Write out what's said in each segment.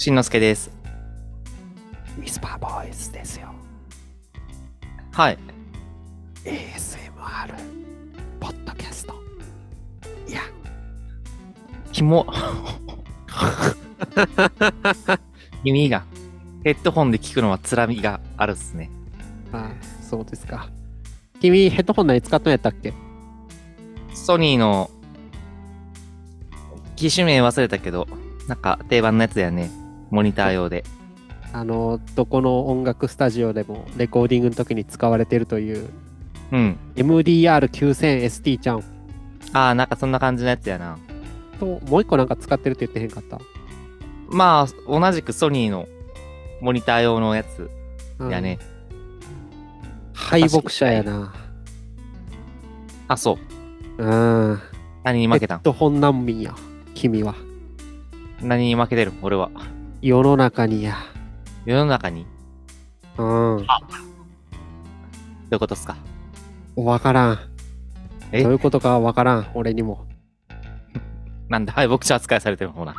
しんのすけです。 ウィスパーボイスですよ。 はい。 ASMR ポッドキャスト。いや、 キモ。耳がヘッドホンで聞くのは辛みがあるっすね。 あ、そうですか。君ヘッドホン何使ったんやったっけ？ ソニーの機種名忘れたけど、なんか定番のやつだよね。モニター用で。 どこの音楽スタジオでもレコーディングの時に使われてるといううん。 MDR9000ST ちゃんああ、なんかそんな感じのやつやな。 と、もう一個なんか使ってるって言ってへんかった？ まあ、同じくソニーのモニター用のやつやね。 敗北者やな。 あ、そう。何に負けたん？ ヘッドホン難民や、君は。 何に負けてる俺は。 世の中にや。 世の中にどういうことっすか？ わからん。 えどういうことかわからん、俺にも。 なんで敗北者扱いされてるのほな。 い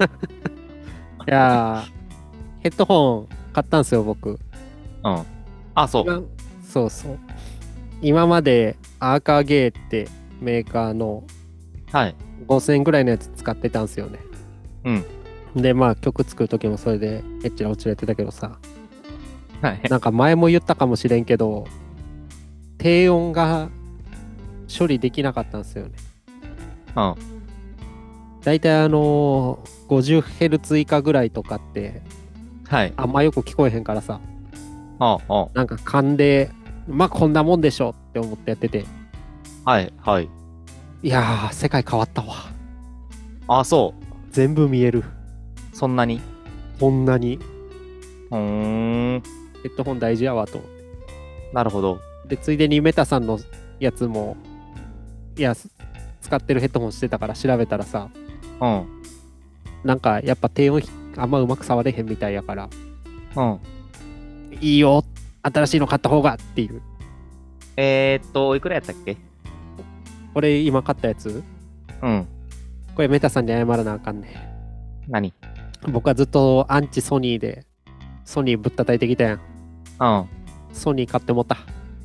やー、ヘッドホン買ったんすよ、僕。 うん。あ、そう。 そうそう。今までアーカーゲーってメーカーのはい。 5000円ぐらいのやつ使ってたんすよね。 うん。 で、まあ曲作る時もそれでエッチな落ちれてたけどさ、 はい。 なんか前も言ったかもしれんけど、低音が処理できなかったんですよね。 うん。 だいたい50Hz 以下ぐらいとかってはい。 あんまよく聞こえへんからさ、 ああ、 なんか勘で、まあこんなもんでしょって思ってやってて、 はい。はい。 いやー、世界変わったわ。 あ、そ全部見える。 う。そんなにこんなに。 うーん。 ヘッドホン大事やわと思って。 なるほど。 で、ついでにメタさんのやつも、いや、使ってるヘッドホンしてたから調べたらさ、 うん。 なんかやっぱ低音あんまうまく触れへんみたいやから、 うん。 いいよ、新しいの買った方がっていう。 いくらやったっけ？ これ今買ったやつ、 うん。 これメタさんに謝らなあかんね。 何？ 僕はずっとアンチソニーで、ソニーぶったたいてきたやん。 うん。 ソニー買ってもった。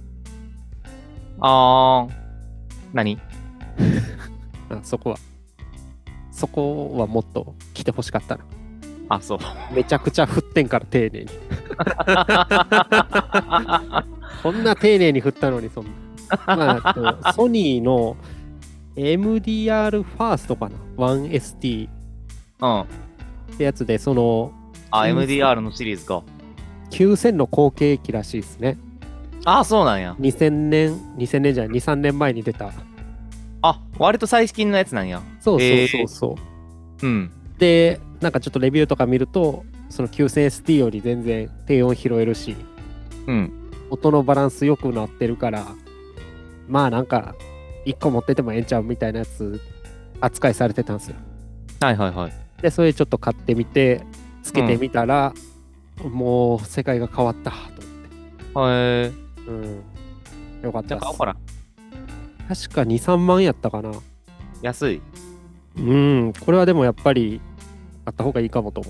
何？ そこはもっと来てほしかったな。 あ、そう。 めちゃくちゃ振ってんから丁寧に。こんな丁寧に振ったのにそんな。まあ、ソニーの MDR ファーストかな 1ST うん。 ってやつで、 MDR のシリーズか。 9000の後継機らしいですね。 あ、そうなんや。 2000年じゃない、2、3年前に出た。 あ、割と最近のやつなんや。 そうそうそうそう。 うん。 で、なんかちょっとレビューとか見ると、その 9000ST より全然低音拾えるし、 うん。 音のバランス良くなってるから、まあなんか、1個持っててもええんちゃうみたいなやつ扱いされてたんですよ。 はいはいはい。 で、それちょっと買ってみて、つけてみたら、もう世界が変わったと思って。うん。よかったです。 ほら。 確か2、3万やったかな。 安い。 うん。これはでもやっぱり、あった方がいいかもと思って。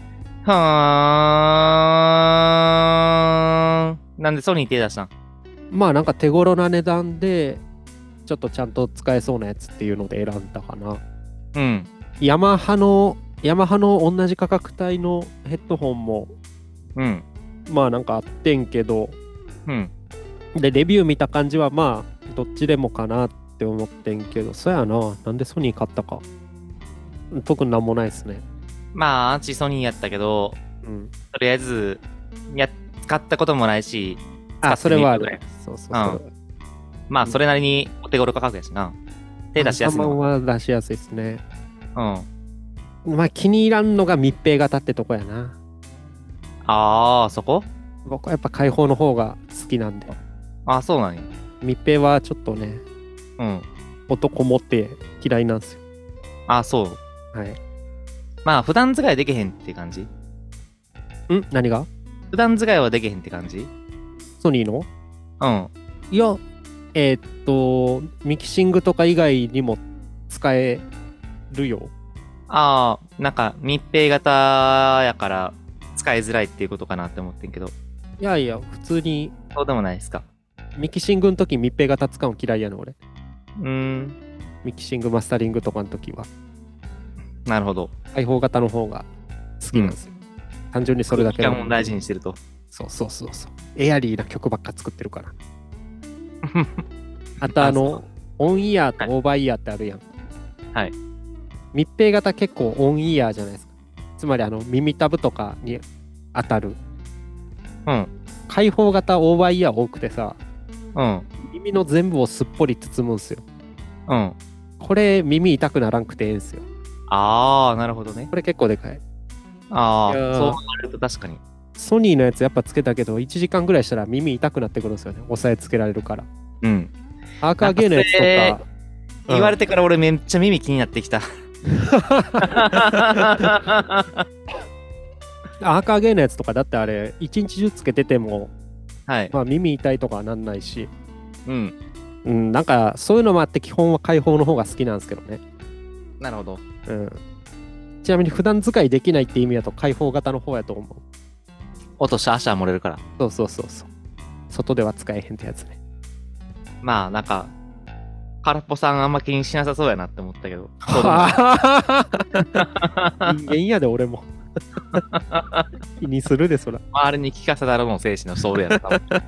なんでソニー手出したん？ まあなんか手頃な値段で、ちょっとちゃんと使えそうなやつっていうので選んだかな。 うん。 ヤマハの同じ価格帯のヘッドホンも、 うん。 まあなんかあってんけど、 うん。 で、レビュー見た感じはまあ、どっちでもかなって思ってんけど、そやな、なんでソニー買ったか。特になんもないですね。 まあ、アンチソニーやったけど、 うん。 とりあえず、使ったこともないし、 あ、それはある。 使ってみるぐらい。 そうそううんそう。 まあ、それなりにお手頃価格やしな。手出しやすい 3 のは。 万は出しやすいですね。 うん。 まあ気に入らんのが密閉型ってとこやな。 ああ、そこ？ 僕はやっぱ開放の方が好きなんで。 ああ、そうなんや。 密閉はちょっとね、 うん。 音こもって嫌いなんですよ。 ああ、そう。 はい。 まあ、普段使いできへんって感じ？ 何が？ 普段使いはできへんって感じ？ ソニーの？ うん。 いや、ミキシングとか以外にも使えるよ。 ああ、なんか密閉型やから使いづらいっていうことかなって思ってんけど。 いやいや、普通にそうでもないですか。 ミキシングの時密閉型使うの嫌いやの俺。 ミキシングマスタリングとかの時はなるほど。 開放型の方が好きなんですよ。単純にそれだけ空気感を大事にしてると。 そう。エアリーな曲ばっか作ってるから。あとオンイヤーとオーバーイヤーってあるやん。 はい。 密閉型結構オンイヤーじゃないですか。つまり耳たぶとかに当たる。 うん。 開放型オーバーイヤー多くてさ、 うん。 耳の全部をすっぽり包むんすよ。 うん。 これ耳痛くならんくてええんすよ。 ああ、なるほどね。 これ結構でかい。 ああ、そうなると確かに。 ソニーのやつやっぱつけたけど、1時間ぐらいしたら耳痛くなってくるんですよね。押さえつけられるから。 うん。 アーカーゲーのやつとか。 言われてから俺めっちゃ耳気になってきた。 アーカーゲーのやつとかだってあれ、一日中つけてても、 はい。 まあ耳痛いとかはなんないし。 うん。 なんかそういうのもあって基本は開放の方が好きなんですけどね。 なるほど。 ちなみに普段使いできないって意味だと開放型の方やと思う。 音シャーシャー漏れるから。 そう。外では使えへんってやつね。 まあなんか、空っぽさんあんま気にしなさそうやなって思ったけど。 人間やで俺も。気にするでそら。 周りに聞かせたらもう精神のソウルやな。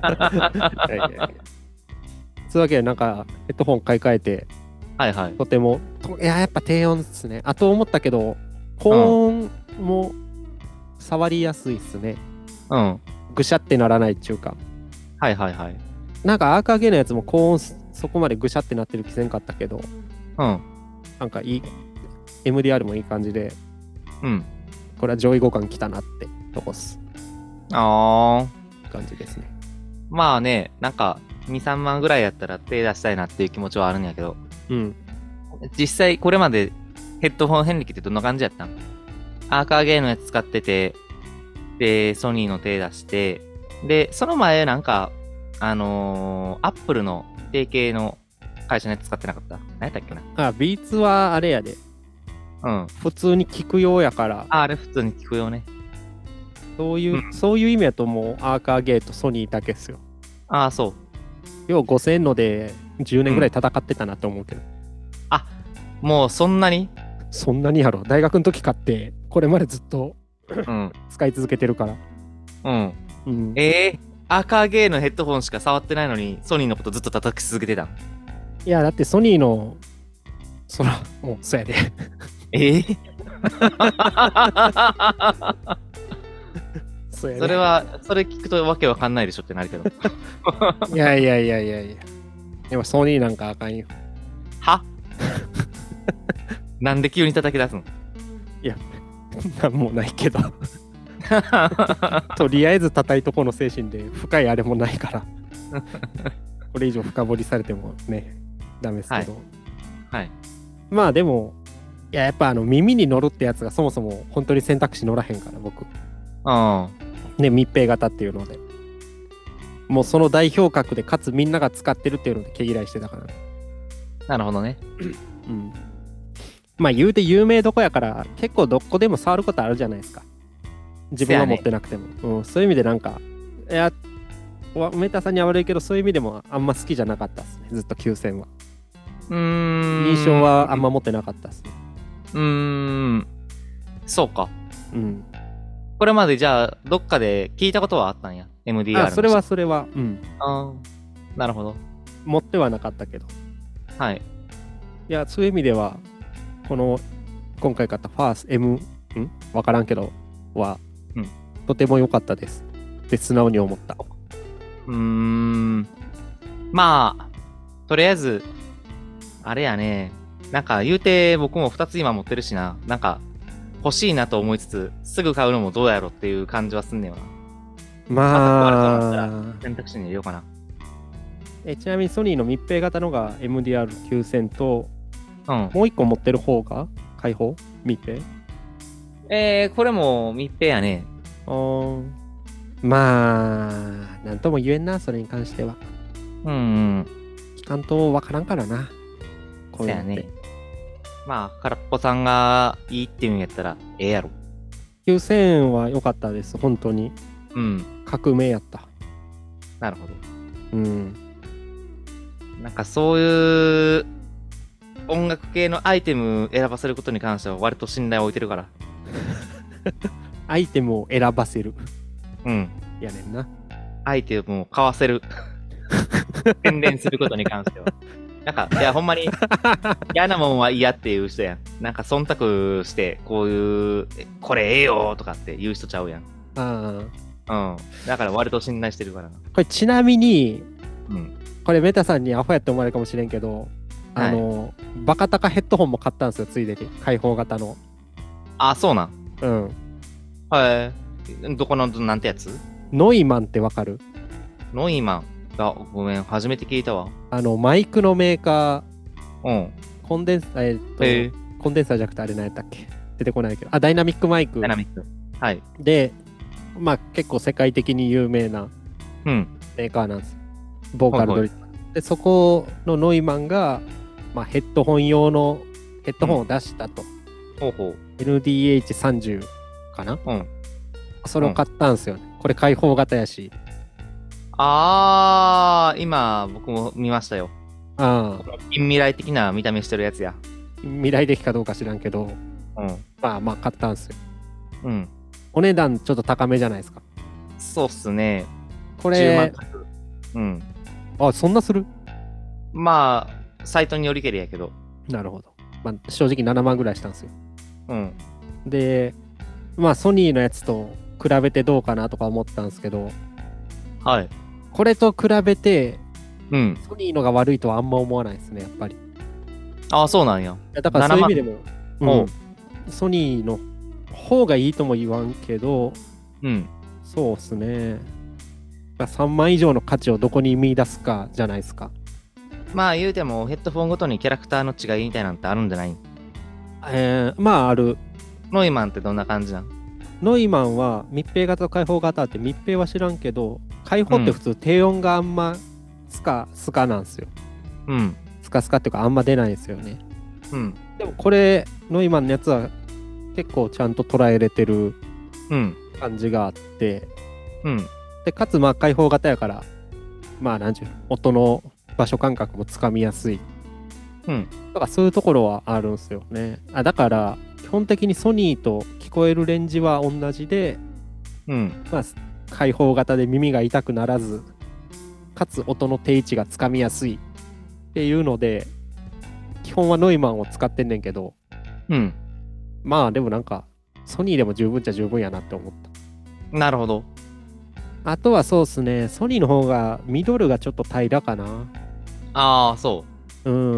そういうわけでなんかヘッドホン買い替えて、 はいはい。 とてもやっぱ低音ですね。あと思ったけど高音も触りやすいっすね。 うん。 ぐしゃってならないっていうか。 はい。 なんかアーカーゲーのやつも高音そこまでぐしゃってなってる気せんかったけど、なんかいい MDR もいい感じで、これは上位互換来たなってとこっす。 感じですね。 まあね、なんか2、3万ぐらいやったら手出したいなっていう気持ちはあるんやけど、実際これまでヘッドホン遍歴ってどんな感じやったん？アーカーゲーのやつ使ってて、で、ソニーの手出して、で、その前なんか、アップルの提携の会社のやつ使ってなかった？何やったっけな？ ビーツはあれやで。普通に聞く用やから。 あれ普通に聞く用ね。 そういう意味やともうアーカーゲーとソニーだけっすよ。 そう。 要は5000円ので10年ぐらい戦ってたなと思うけど。 もうそんなに？ そんなにやろ。大学の時買ってこれまでずっと使い続けてるから。 アーカーゲーのヘッドホンしか触ってないのにソニーのことずっと叩き続けてたん？いやだってソニーのもうそうやで。 それ聞くとわけわかんないでしょってなるけど。 いや。でもソニーなんかあかんよ。 は？なんで急に叩き出すの？ いや、なんもないけど。とりあえず叩いとこの精神で深いあれもないから。これ以上深掘りされてもね、ダメですけど。 はい。 まあでも、やっぱ耳に乗るってやつがそもそも本当に選択肢乗らへんから僕。ね、密閉型っていうので。もうその代表格で、かつみんなが使ってるっていうので毛嫌いしてたから。 なるほどね。 まあ言うて有名どこやから結構どこでも触ることあるじゃないですか。自分は持ってなくても。そういう意味でなんか、メタさんには悪いけどそういう意味でもあんま好きじゃなかったですね。ずっと9000は。印象はあんま持ってなかったですね。 そうか。これまでじゃあどっかで聞いたことはあったんや。MDR の。 それは。 なるほど。 持ってはなかったけど。 はい。 いや、そういう意味では、今回買ったファース M、わからんけど、は、とても良かったです。って素直に思った。 まあ、とりあえず、あれやね。なんか言うて僕も2つ今持ってるしな。なんか欲しいなと思いつつ、すぐ買うのもどうやろっていう感じはすんねんわ。まあ、選択肢に入れようかな。 ちなみにソニーの密閉型のが MDR9000 と、もう一個持ってる方が開放密閉これも密閉やね。 まあ、なんとも言えんな、それに関しては。聞かんとわからんからな。 そうやね。 まあ、空っぽさんがいいっていうんやったら、ええやろ。 9000円は良かったです。本当に。 うん。 革命やった。 なるほど。 うん。 なんかそういう音楽系のアイテム選ばせることに関しては割と信頼を置いてるから。 アイテムを選ばせる。 うん。 やねんな。 アイテムを買わせる。宣伝することに関しては。なんか、いや、ほんまに嫌なもんは嫌っていう人やん。なんか、忖度して、こういう、これええよとかって言う人ちゃうやん。 あうん。だから割と信頼してるからな。 これちなみに、 うん。 これメタさんにアホやって思われるかもしれんけど、バカタカヘッドホンも買ったんですよ、ついでに。開放型の。 あ、そうなん。 うん。 はい。どこの、なんてやつ？ ノイマンってわかる？ ノイマン。あ、ごめん、初めて聞いたわ。 マイクのメーカうん。 ー、コンデンサー、コンデンサーじゃなくてあれ何やったっけ？出てこないけど。ダイナミックマイク。 ダイナミック。はい。 で、まあ結構世界的に有名なメーカーなんです。ボーカルドリップ。で、そこのノイマンが、まあ、ヘッドホン用のヘッドホンを出したと。 ほうほう。 NDH30 かな？ うん。 それを買ったんですよね。これ開放型やし。 今、僕も見ましたよ。近未来的な見た目してるやつや。 未来的かどうか知らんけど、まあ買ったんですよ。 うん。 お値段ちょっと高めじゃないですか。 そうっすね。 これ、 うん。 あ、そんなする？ まあ、サイトによりけりやけど。 なるほど。まあ、正直7万ぐらいしたんですよ。 うん。 で、まあ、ソニーのやつと比べてどうかなとか思ったんですけど、 はい。 これと比べて、 うん。 ソニーのが悪いとはあんま思わないですね、やっぱり。 ああ、そうなんや。 だからそういう意味でも、ソニーの方がいいとも言わんけど、そうっすね。3万以上の価値をどこに見出すかじゃないですか。 まあ言うてもヘッドフォンごとにキャラクターの違いみたいなんてあるんじゃない？ まあある。 ノイマンってどんな感じなん？ ノイマンは密閉型と開放型って密閉は知らんけど、開放って普通低音があんまスカなんですよ。 うん。 スカっていうかあんま出ないんですよね。 うん。 でもこれノイマンのやつは結構ちゃんと捉えれてる感じがあって、でかつまあ開放型やからまあなんちゅう音の場所感覚もつかみやすい。だからそういうところはあるんですよね。だから基本的にソニーと聞こえるレンジは同じで、まあ開放型で耳が痛くならず、かつ音の定位置がつかみやすいっていうので、基本はノイマンを使ってんねんけど、まあでもなんかソニーでも十分っちゃ十分やなって思った。 なるほど。 あとはそうっすね、ソニーの方がミドルがちょっと平らかな。 ああ、そう。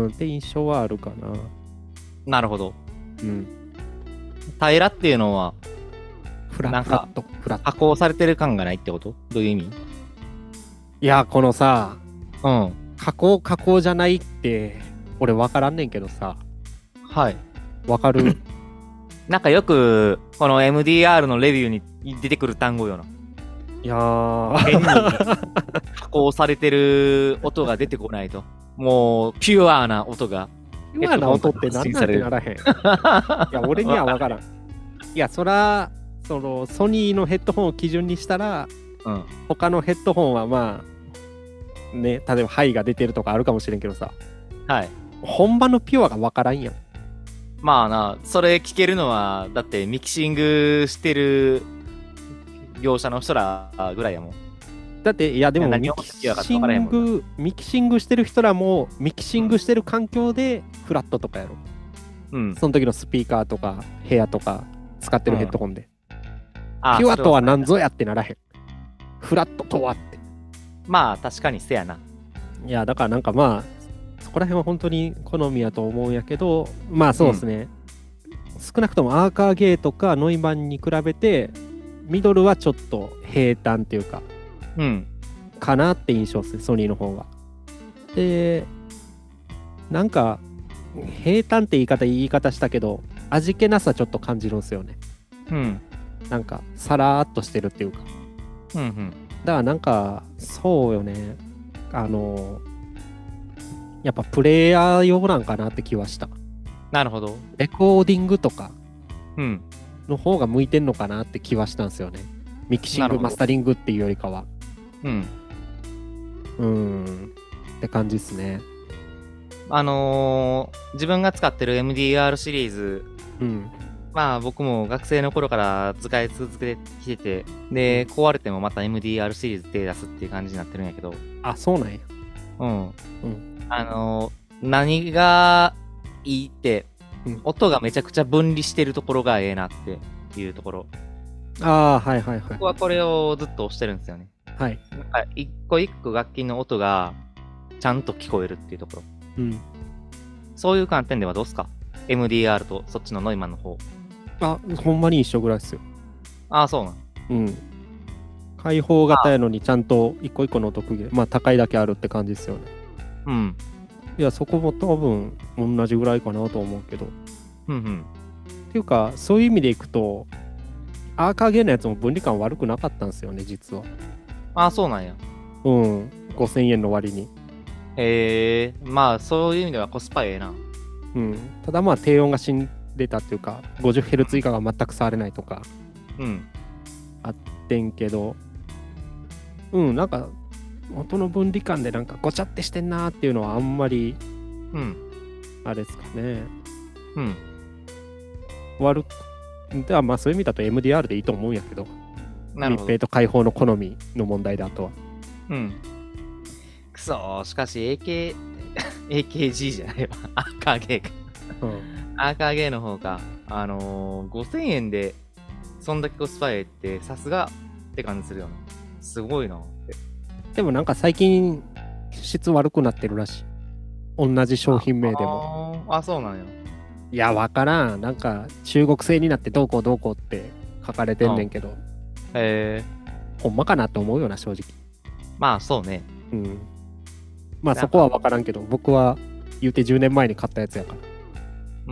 って印象はあるかな。 なるほど。平らっていうのは、なんか加工されてる感がないってこと？どういう意味？ いや、このさ、加工じゃないって俺分からんねんけどさ。 はい。 分かる？ なんかよくこの MDR のレビューに出てくる単語よな。 いやー変に加工されてる音が出てこないと。もうピュアな音が。 ピュアな音って何なんてならへん。いや、俺には分からん。いや、そら、そのソニーのヘッドホンを基準にしたら、他のヘッドホンはまあ、ね、例えばハイが出てるとかあるかもしれんけどさ。 はい。 本場のピュアが分からんやん。 まあな、それ聞けるのは、だってミキシングしてる業者の人らぐらいやもん。 だっていやでもミキシングしてる人らもミキシングしてる環境でフラットとかやろ。その時のスピーカーとか部屋とか使ってるヘッドホンで。ピュアとは何ぞやってならへん。フラットとはって。 まあ確かにせやな。 いやだからなんかまあそこら辺は本当に好みやと思うんやけど、まあそうですね。少なくともアーカーゲーとかノイマンに比べてミドルはちょっと平坦っていうか。かなって印象ですね、ソニーの方が。で、なんか、平坦って言い方したけど、味気なさちょっと感じるんですよね。なんか、さらーっとしてるっていうか。だからなんか、そうよね。やっぱプレイヤー用なんかなって気はした。 なるほど。 レコーディングとかうん。 の方が向いてんのかなって気はしたんですよね。ミキシング、マスタリングっていうよりかは。 うん。 って感じですね。 自分が使ってる MDR シリーズ、 うん。 まあ僕も学生の頃から使い続けてきてて、で、壊れてもまた MDR シリーズ手出すっていう感じになってるんやけど、 あ、そうなんや。 うん。 うん。 何がいいって、 うん音がめちゃくちゃ分離してるところがええなっていうところ。 ああ、はいはいはい。 僕はこれをずっと押してるんですよね。 はい。 なんか一個一個楽器の音がちゃんと聞こえるっていうところ。 うん。 そういう観点ではどうすか？ MDR とそっちのノイマンの方。 あ、ほんまに一緒ぐらいっすよ。 ああ、そうなん。 うん。開放型やのにちゃんと一個一個の音区切れ、まあ高いだけあるって感じですよね。 うん。 いや、そこも多分同じぐらいかなと思うけど。 うんうん。 っていうか、そういう意味でいくと、アーカーゲーのやつも分離感悪くなかったんですよね、実は。 ああ、そうなんや。 うん。5000円の割に。 へえ、まあそういう意味ではコスパええな。 うん。ただまあ低音が死んでたっていうか、50Hz 以下が全く触れないとかうん。 あってんけど、なんか音の分離感でなんかごちゃってしてんなーっていうのはあんまり、 うん。 あれですかね。 うん。 悪く、ではまあそういう意味だと MDR でいいと思うんやけど、 なるほど密閉。と開放の好みの問題だとは。 うん。くそー、しかし AKG じゃないわ。アーカーゲーか。アーカーゲーの方か。5000円で、そんだけコスパええって、さすがって感じするよな。すごいなって。 でもなんか最近質悪くなってるらしい。同じ商品名でも。 そうなんや。 いや、わからん。なんか中国製になってどうこうどうこうって書かれてんねんけど、 へえ。 ほんまかなって思うよな、正直。 まあそうね。 まあそこはわからんけど、僕は言うて10年前に買ったやつやから。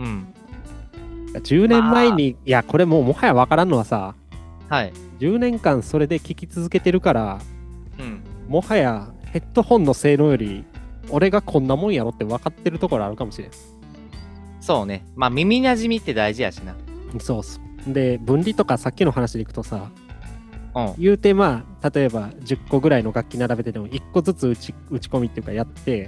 うん。 10年前に、いや、これもうもはやわからんのはさ、 はい。 10年間それで聞き続けてるから、 うん。 もはやヘッドホンの性能より、俺がこんなもんやろって分かってるところあるかもしれん。 そうね。まあ耳馴染みって大事やしな。 そうそう。で、分離とかさっきの話でいくとさ、 うん。 言うてまあ、例えば10個ぐらいの楽器並べてても1個ずつ打ち込みっていうかやって、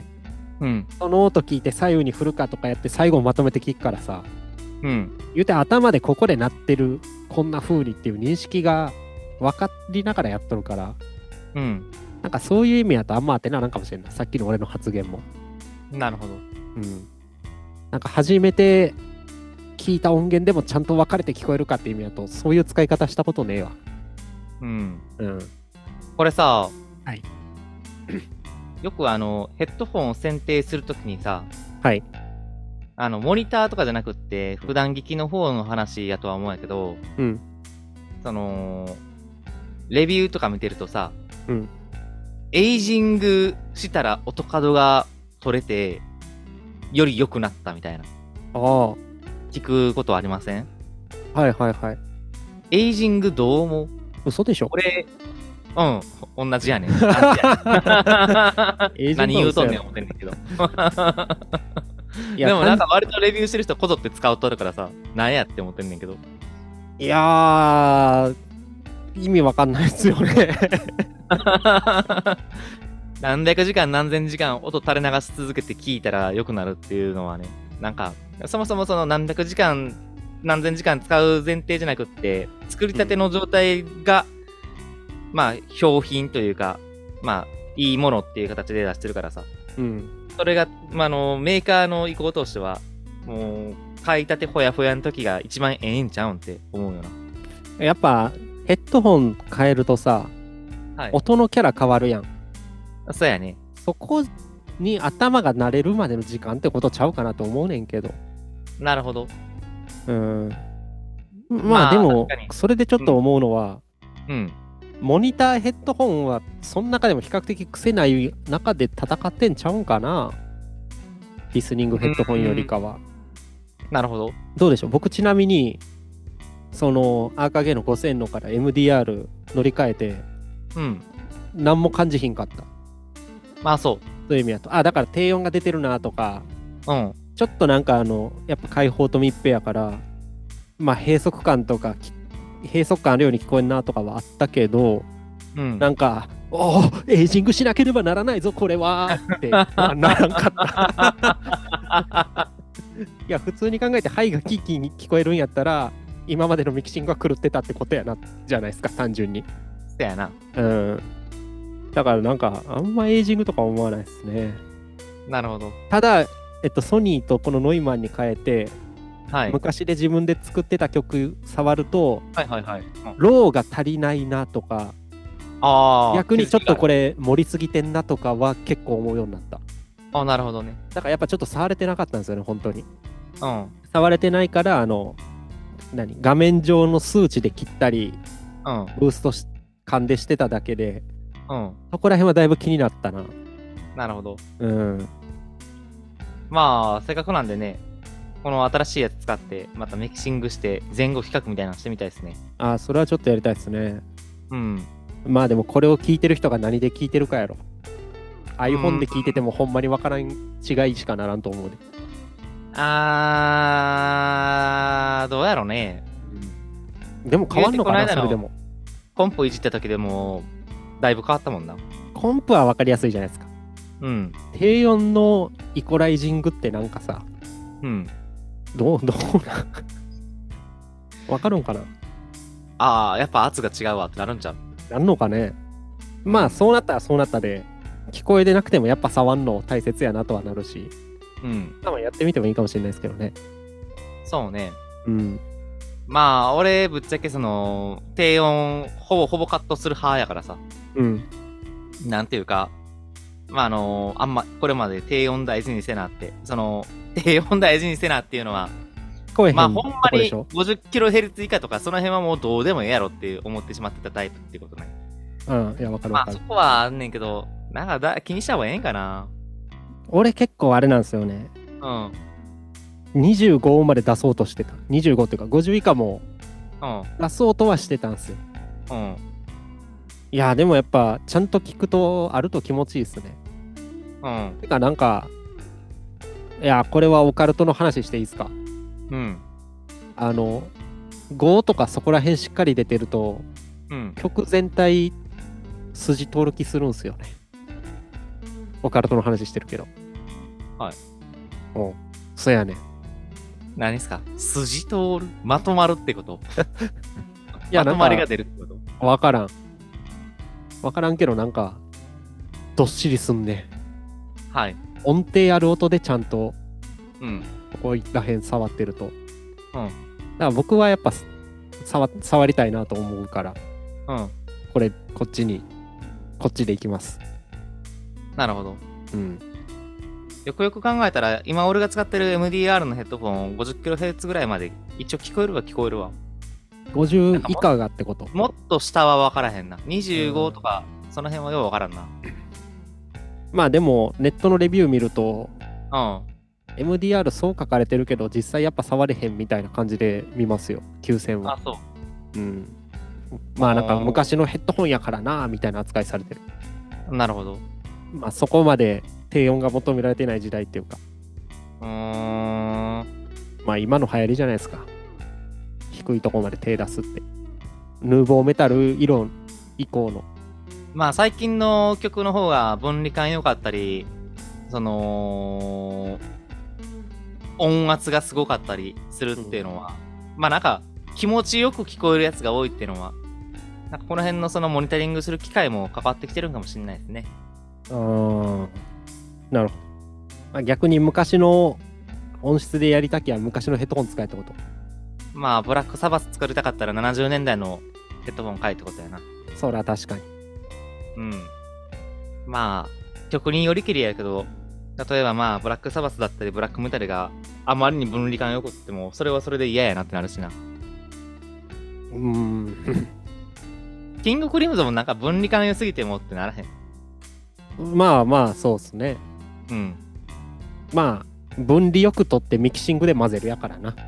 うん。 その音聞いて左右に振るかとかやって最後まとめて聞くからさ、 うん。 言うて頭でここで鳴ってるこんな風にっていう認識が分かりながらやっとるから、 うん。 なんかそういう意味やとあんま当てならんかもしれんない。さっきの俺の発言も。 なるほど。 なんか初めて聞いた音源でもちゃんと分かれて聞こえるかって意味だと、そういう使い方したことねえわ。 これさ、 はい。 よくヘッドフォンを選定するときにさ、 はい。 モニターとかじゃなくって、普段聞きの方の話やとは思うんやけど、その、レビューとか見てるとさ、エイジングしたら音角が取れて、より良くなったみたいな。聞くことありません？ はいはいはい。 エイジングどう思う？ 嘘でしょ？ これ、同じやねん。何言うとんねん思ってんねんけど。でもなんか割とレビューしてる人こぞって使うとるからさ、なんやって思ってんねんけど。 いやー、意味わかんないですよね。 何百時間何千時間音垂れ流し続けて聞いたら良くなるっていうのはね、なんか、そもそもその何百時間何千時間使う前提じゃなくって、作りたての状態が、まあ、標品というか、まあ、いいものっていう形で出してるからさ。それが、まあ、メーカーの意向としては、もう、買いたてほやほやの時が一番ええんちゃうんって思うよな。やっぱ、ヘッドホン変えるとさ、音のキャラ変わるやん。 そうやね。 そこに頭が慣れるまでの時間ってことちゃうかなと思うねんけど。 なるほど。 まあでも、それでちょっと思うのは、モニターヘッドホンはその中でも比較的癖ない中で戦ってんちゃうんかな、リスニングヘッドホンよりかは。 なるほど。 どうでしょう。僕ちなみにそのアーカーゲーの5000のから MDR 乗り換えて、何も感じひんかった。 まあそう。 そういう意味だと、だから低音が出てるなとか、 ちょっとなんかやっぱ開放と密閉やから、まあ閉塞感あるように聞こえんなとかはあったけど、なんか、おお、エイジングしなければならないぞ、これはってならんかった。いや、普通に考えて、ハイがキーキーに聞こえるんやったら、今までのミキシングは狂ってたってことやな、じゃないですか、単純に。 そやな。 だからなんか、あんまエイジングとか思わないですね。 なるほど。 ただ、ソニーとこのノイマンに変えて、昔で自分で作ってた曲触ると、ローが足りないなとか、逆にちょっとこれ盛りすぎてんなとかは結構思うようになった。 なるほどね。 だからやっぱちょっと触れてなかったんですよね、本当に。触れてないから、画面上の数値で切ったり、ブースト感でしてただけで、そこら辺はだいぶ気になったな。 なるほど。まあ、せっかくなんでね、この新しいやつ使って、またミキシングして前後比較みたいなのしてみたいですね。 それはちょっとやりたいですね。まあでもこれを聞いてる人が何で聞いてるかやろ。iPhone で聞いててもほんまに分からん違いしかならんと思うで。 どうやろうね。 でも変わんのかな、それでも。 コンプいじった時でも、だいぶ変わったもんな。 コンプは分かりやすいじゃないですか。低音のイコライジングってなんかさ、どうなん分かるんかな。 やっぱ圧が違うわってなるんちゃう？ なんのかね。まあそうなったらそうなったで、聞こえてなくてもやっぱ触んの大切やなとはなるし、多分やってみてもいいかもしれないですけどね。 そうね。まあ俺ぶっちゃけ低音ほぼカットする派やからさ。なんていうか、まああんまこれまで低音大事にせなって、低音大事にせなっていうのは、まあほんまに 50kHz 以下とかその辺はもうどうでもええやろって思ってしまってたタイプってことね。 いや、わかる。 まあそこはあんねんけど、なんか気にした方がええんかな。 俺結構あれなんですよね。25まで出そうとしてた。25っていうか50以下も出そうとはしてたんですよ。いや、でもやっぱちゃんと聞くとあると気持ちいいですね。てかなんか、いや、これはオカルトの話していいですか？5とかそこら辺しっかり出てると、曲全体筋通る気するんすよね。オカルトの話してるけど。そうやね。 何ですか？筋通る？まとまるってこと？ いや、 まとまりが出るってこと？ わからんけどなんかどっしりすんね。音程ある音でちゃんとここら辺触ってると。だから僕はやっぱ触りたいなと思うから、こっちでいきます。 なるほど。よくよく考えたら、今俺が使ってる MDR のヘッドフォン 50kHz ぐらいまで一応聞こえるわ。 50以下がってこと？ もっと下は分からへんな。25とか、その辺はよう分からんな。 まあでも、ネットのレビュー見ると、MDR そう書かれてるけど、実際やっぱ触れへんみたいな感じで見ますよ、9000は。 そう。 まあなんか昔のヘッドホンやからな、みたいな扱いされてる。 なるほど。 まあそこまで低音が求められてない時代っていうか。まあ今の流行りじゃないですか。低いところまで手出すって。ヌーボーメタル以降の。 まあ最近の曲の方が分離感良かったり、音圧がすごかったりするっていうのは、まあなんか気持ちよく聞こえるやつが多いっていうのは、なんかこの辺のモニタリングする機会も関わってきてるんかもしれないですね。 なるほど。まあ、逆に昔の音質でやりたきゃ昔のヘッドホン使えってこと？ まあブラックサバス作りたかったら70年代のヘッドホン買えってことやな。 そら確かに。 まあ曲によりきりやけど、例えばまあブラックサバスだったりブラックメタルがあまりに分離感よくってもそれはそれで嫌やなってなるしな。キングクリムゾンもなんか分離感良すぎてもってならへん。 まあまあそうっすね。まあ分離よく取ってミキシングで混ぜるやからな。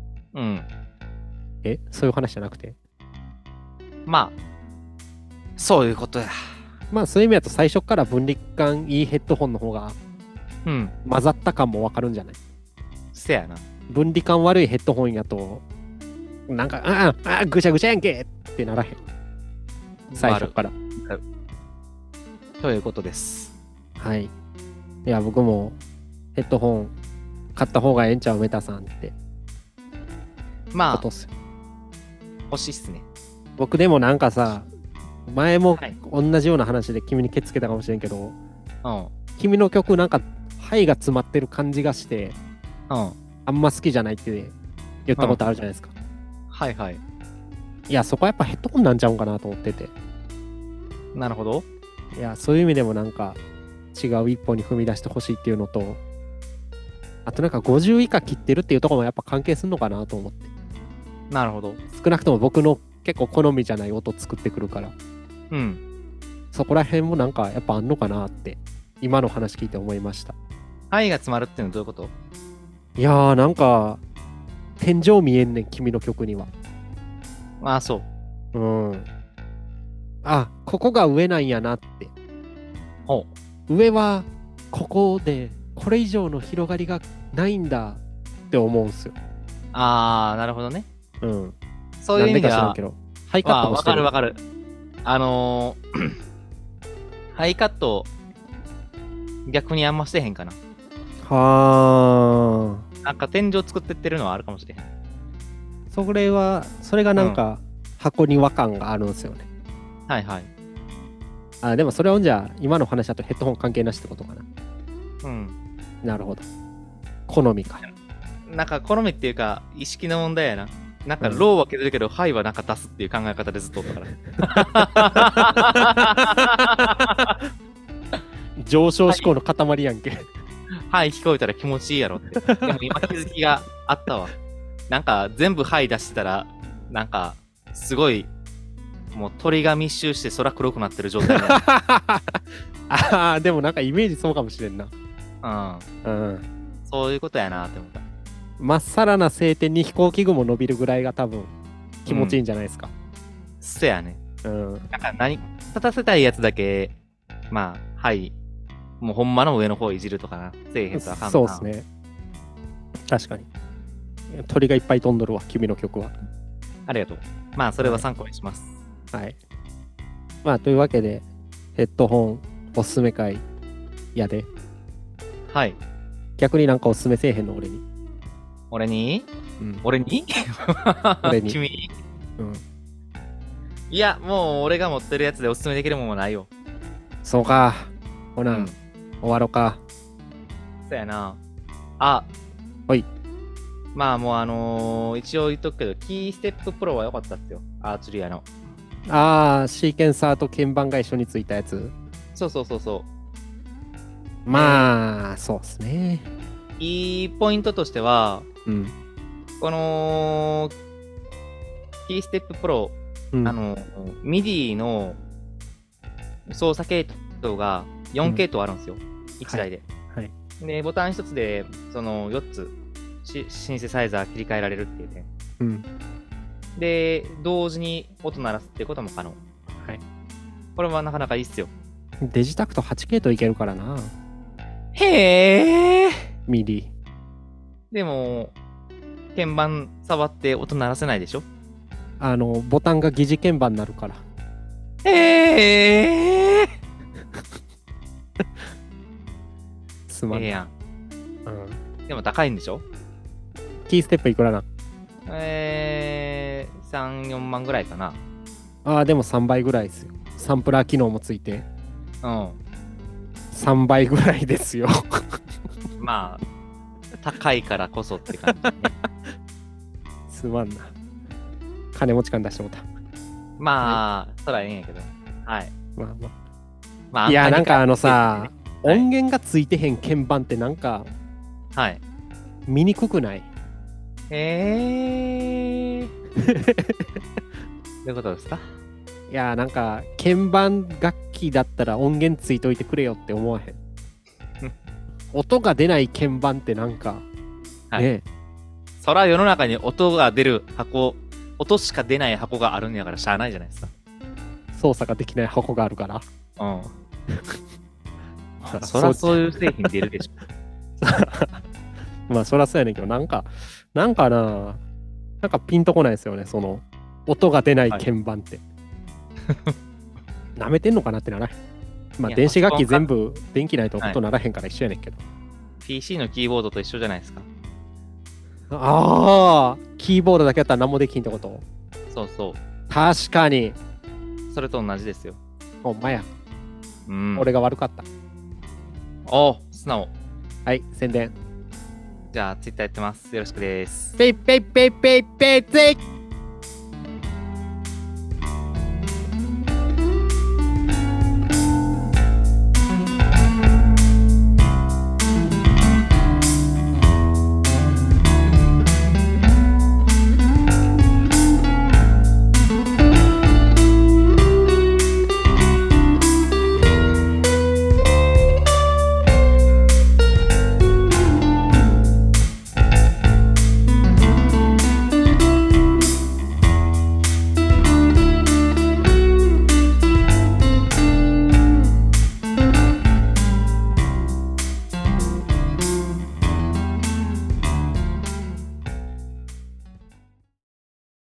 そういう話じゃなくて。まあそういうことや。 まあそういう意味だと最初から分離感いいヘッドホンの方が混ざった感もわかるんじゃない？ せやな。 分離感悪いヘッドホンやと、なんか、ぐちゃぐちゃやんけってならへん。最初から。 ということです。 はい。いや、僕もヘッドホン買った方がええんちゃうメタさんって。 まあ、欲しいっすね。 僕でもなんかさ、前も同じような話で君にケツつけたかもしれんけど、君の曲なんか、肺が詰まってる感じがして、あんま好きじゃないって言ったことあるじゃないですか。 はいはい。 いや、そこはやっぱヘッドホンなんちゃうんかなと思ってて。 なるほど。 いや、そういう意味でもなんか違う一歩に踏み出してほしいっていうのと、あとなんか50以下切ってるっていうところもやっぱ関係するのかなと思って。 なるほど。 少なくとも僕の結構好みじゃない音作ってくるから。 うん。 そこら辺もなんかやっぱあんのかなって今の話聞いて思いました。 肺が詰まるっていうのはどういうこと？ いやーなんか天井見えんねん君の曲には。 ああ、そう。 うん。あ、ここが上なんやなって。 ほう。上はここでこれ以上の広がりがないんだって思うんすよ。 ああ、なるほどね。 うん。 そういう意味では、 ハイカットもしてる。 わかる。ハイカット、逆にあんましてへんかな。 はあ。なんか天井作ってってるのはあるかもしれへん。 それがなんか、箱庭感があるんですよね。 はいはい。 あ、でもそれをじゃあ、今の話だとヘッドホン関係なしってことかな。 うん。 なるほど。好みか。 なんか好みっていうか、意識の問題やな。なんかローは削るけど、ハイはなんか出すっていう考え方でずっとおったから。 上昇志向の塊やんけ。 ハイ聞こえたら気持ちいいやろって。でも今気づきがあったわ。なんか全部ハイ出してたら、なんかすごい、もう鳥が密集して空黒くなってる状態になる。 ああ、でもなんかイメージそうかもしれんな。 うん。そういうことやなって思った。 まっさらな晴天に飛行機雲伸びるぐらいが多分気持ちいいんじゃないですか。 そやね。 うん。 なんか立たせたいやつだけ、まあ、はい。もうほんまの上の方いじるとかな。せえへんとあかんな。 そうですね。確かに。鳥がいっぱい飛んどるわ、君の曲は。 ありがとう。まあ、それは参考にします。 はい。まあ、というわけで、ヘッドホンおすすめ会やで。 はい。 逆になんかおすすめせえへんの、俺に。 俺に、 うん、 俺に俺に。 君に、 うん。 いや、もう俺が持ってるやつでおすすめできるものもないよ。 そうか。ほな、終わろうか。 そうやな。あ、 はい。 まあもう一応言っとくけど、キーステッププロは良かったっすよ。アーチュリアの。 ああ、シーケンサーと鍵盤が一緒についたやつ。 そう。 まあ、そうっすね。 いいポイントとしては、この、キーステッププロ、MIDI の操作系統が4系統あるんですよ。1台で。 はい。 で、ボタン1つで、その4つ、シンセサイザー切り替えられるっていうね。で、同時に音鳴らすっていうことも可能。 はい。 これはなかなかいいっすよ。 デジタクト8系統いけるからな。 へー。 ミディ。 でも、鍵盤触って音鳴らせないでしょ？ ボタンが疑似鍵盤になるから。すまん。 やん。でも高いんでしょ？ キーステップいくらな ？3、4万ぐらいかな。 でも3倍ぐらいですよ。サンプラー機能もついて。 3 倍ぐらいですよ。 まあ、高いからこそって感じ、ね。 すまんな。金持ち感出してもた。 まあ、そらええんやけど。はい。 まあ。いや、なんかさ、音源がついてへん鍵盤ってなんか、 はい。 見にくくない？ どういうことですか？ いや、なんか、鍵盤楽器だったら音源ついといてくれよって思わへん。音が出ない鍵盤ってなんか、ね。 そら世の中に音が出る箱、音しか出ない箱があるんやからしゃあないじゃないですか。 操作ができない箱があるから。 そらそういう製品出るでしょ。 まあそりゃそうやねんけど、なんかピンとこないですよね、その音が出ない鍵盤って。なめてんのかなってならへん。まあ電子楽器全部電気ないと音ならへんから一緒やねんけど。 PC のキーボードと一緒じゃないですか。 ああ、キーボードだけやったら何もできんってこと？ そうそう。 確かに。 それと同じですよ。 ほんまや。 うん。 俺が悪かった。 お、素直。 はい、宣伝。 じゃあ、Twitter やってます。よろしくです。 ペイペイペイペイペイペイ